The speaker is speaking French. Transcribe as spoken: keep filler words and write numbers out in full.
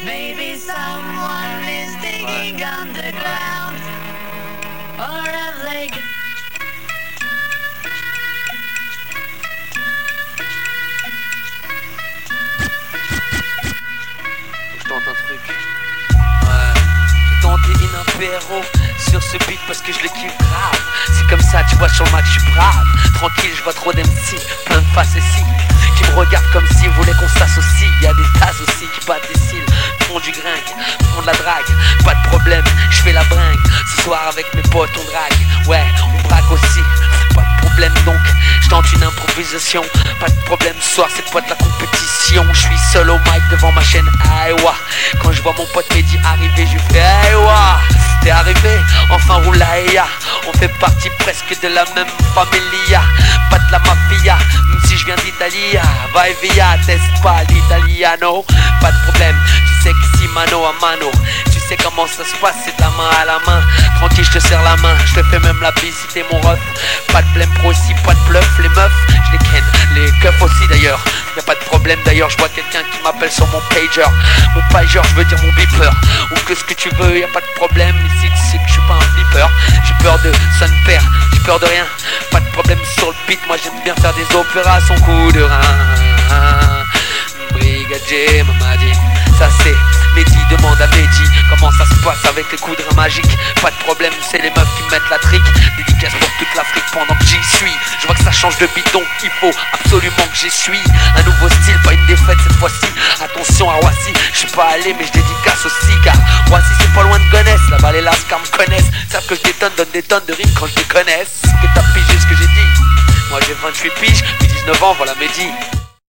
Maybe someone is digging underground, or have they got Je tente un truc. Ouais. J'ai tenté une impéro sur ce beat parce que je le kiffe grave. C'est comme ça, tu vois, sur le match, je suis brave. Tranquille, je vois trop d'M C, plein de faces ici, qui me regardent comme s'ils voulaient qu'on s'associe. Y'a des tasses aussi qui battent des cils, font du gringue, font de la drague. Pas de problème, je fais la bringue. Ce soir avec mes potes on drague. Ouais, on braque aussi, pas de problème donc. Je tente une improvisation, pas de problème ce soir, c'est pas de la compétition. Je suis seul au mic devant ma chaîne Aïwa. Quand je vois mon pote Mehdi arriver, je lui fais Aïwa. T'es arrivé, enfin roulaïa. On fait partie presque de la même familia. Pas de la mafia, même si je viens d'Italia. Vai via, teste pas l'italiano. Pas de problème, tu sais qu'ici mano a mano. Tu sais comment ça se passe, c'est de la main à la main. Tranquille, je te serre la main, je te fais même la bise si t'es mon ref. Pas de blême pro aussi, pas de bluff. Les meufs, je les ken, les keufs aussi d'ailleurs. Y'a pas de problème d'ailleurs, je vois quelqu'un qui m'appelle sur mon pager. Mon pager, je veux dire mon beeper. Ou que ce que tu veux, y'a pas de problème. Ici tu sais que je suis pas un flipper. J'ai peur de son père, j'ai peur de rien. Pas de problème sur le beat, moi j'aime bien faire des opéras sans coup de rein. Brigadier m'a dit, ça c'est Mehdi, demande à Mehdi comment ça se passe avec les coups de rein magiques. Pas de problème, c'est les meufs qui mettent la trique. Dédicace pour toute l'Afrique pendant que j'y suis. Je vois que ça change de beat donc il faut absolument que j'y suis. Un nouveau style, pas une défaite cette fois-ci. Attention à Roissy, je suis pas allé mais je dédicace aussi. Car Roissy c'est pas loin de Gonesse. Là-bas les lascars me connaissent, savent que je détonne, donne des tonnes de rimes quand je les connaisse. Que t'as pigé ce que j'ai dit. Moi j'ai vingt-huit piges, puis dix-neuf ans, voilà Mehdi.